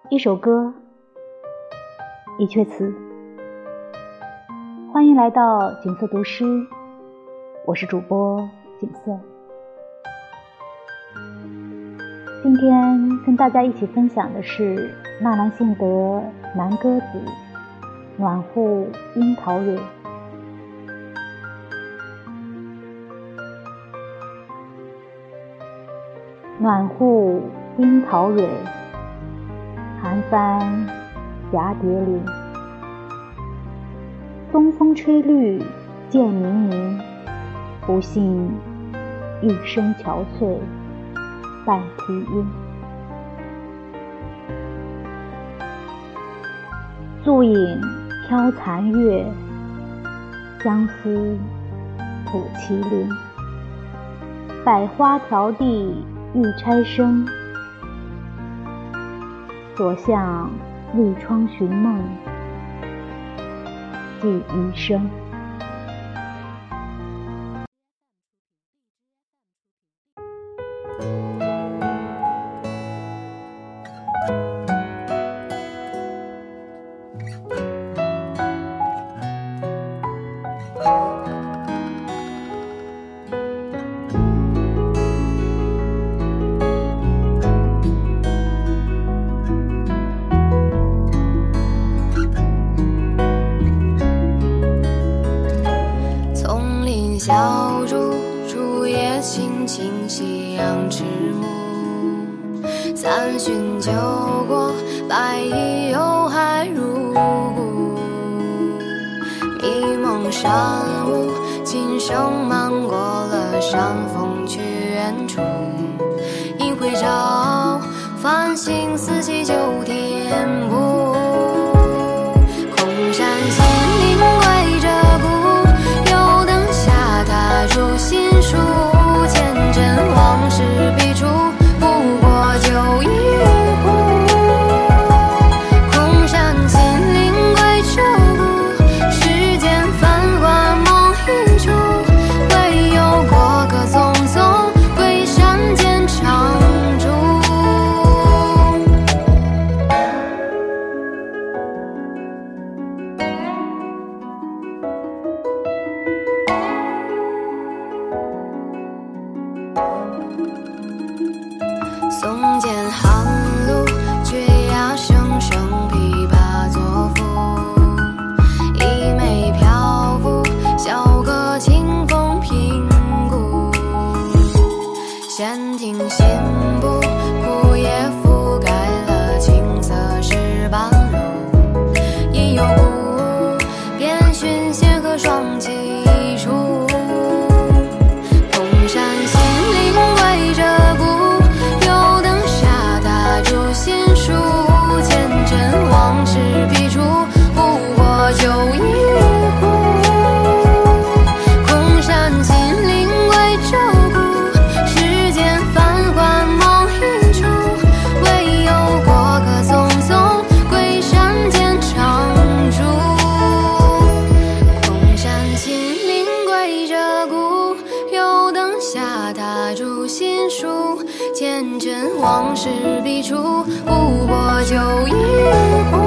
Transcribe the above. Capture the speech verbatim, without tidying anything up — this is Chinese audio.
一首歌，一阙词。欢迎来到景色读诗，我是主播景色。今天跟大家一起分享的是纳兰性德南歌子暖户樱桃蕊。暖户樱桃蕊，寒帆蛱蝶林。东风吹绿渐冥冥，不信一声憔悴半啼音。宿影飘残月，相思吐麒麟。百花迢递玉钗生，所向绿窗寻梦寄余生。 小竹，竹叶青青，夕阳迟暮。三巡酒过，白衣又还入骨。迷蒙山雾，琴声漫过了山峰去远处。一回照，繁星四季就填补。空山新林归着故，又等下踏入新书，见证往事笔触，不过酒一壶。空山新林归着故，世间繁华梦一出，唯有过客匆匆，归山间常住。松间寒露，绝崖声声，琵琶作赋。一眉漂浮，小阁清风平谷。闲庭信步，枯叶覆盖了青色石板路。吟游古，遍寻仙鹤双栖处。空山新林归着故，又等下踏入新书，见证往事笔触，不过酒一壶。空山新林归着故，世间繁华梦一出，唯有过客匆匆，归山间常住。空山新林归着故，又等下踏入新书，见证往事笔触，不过酒一壶。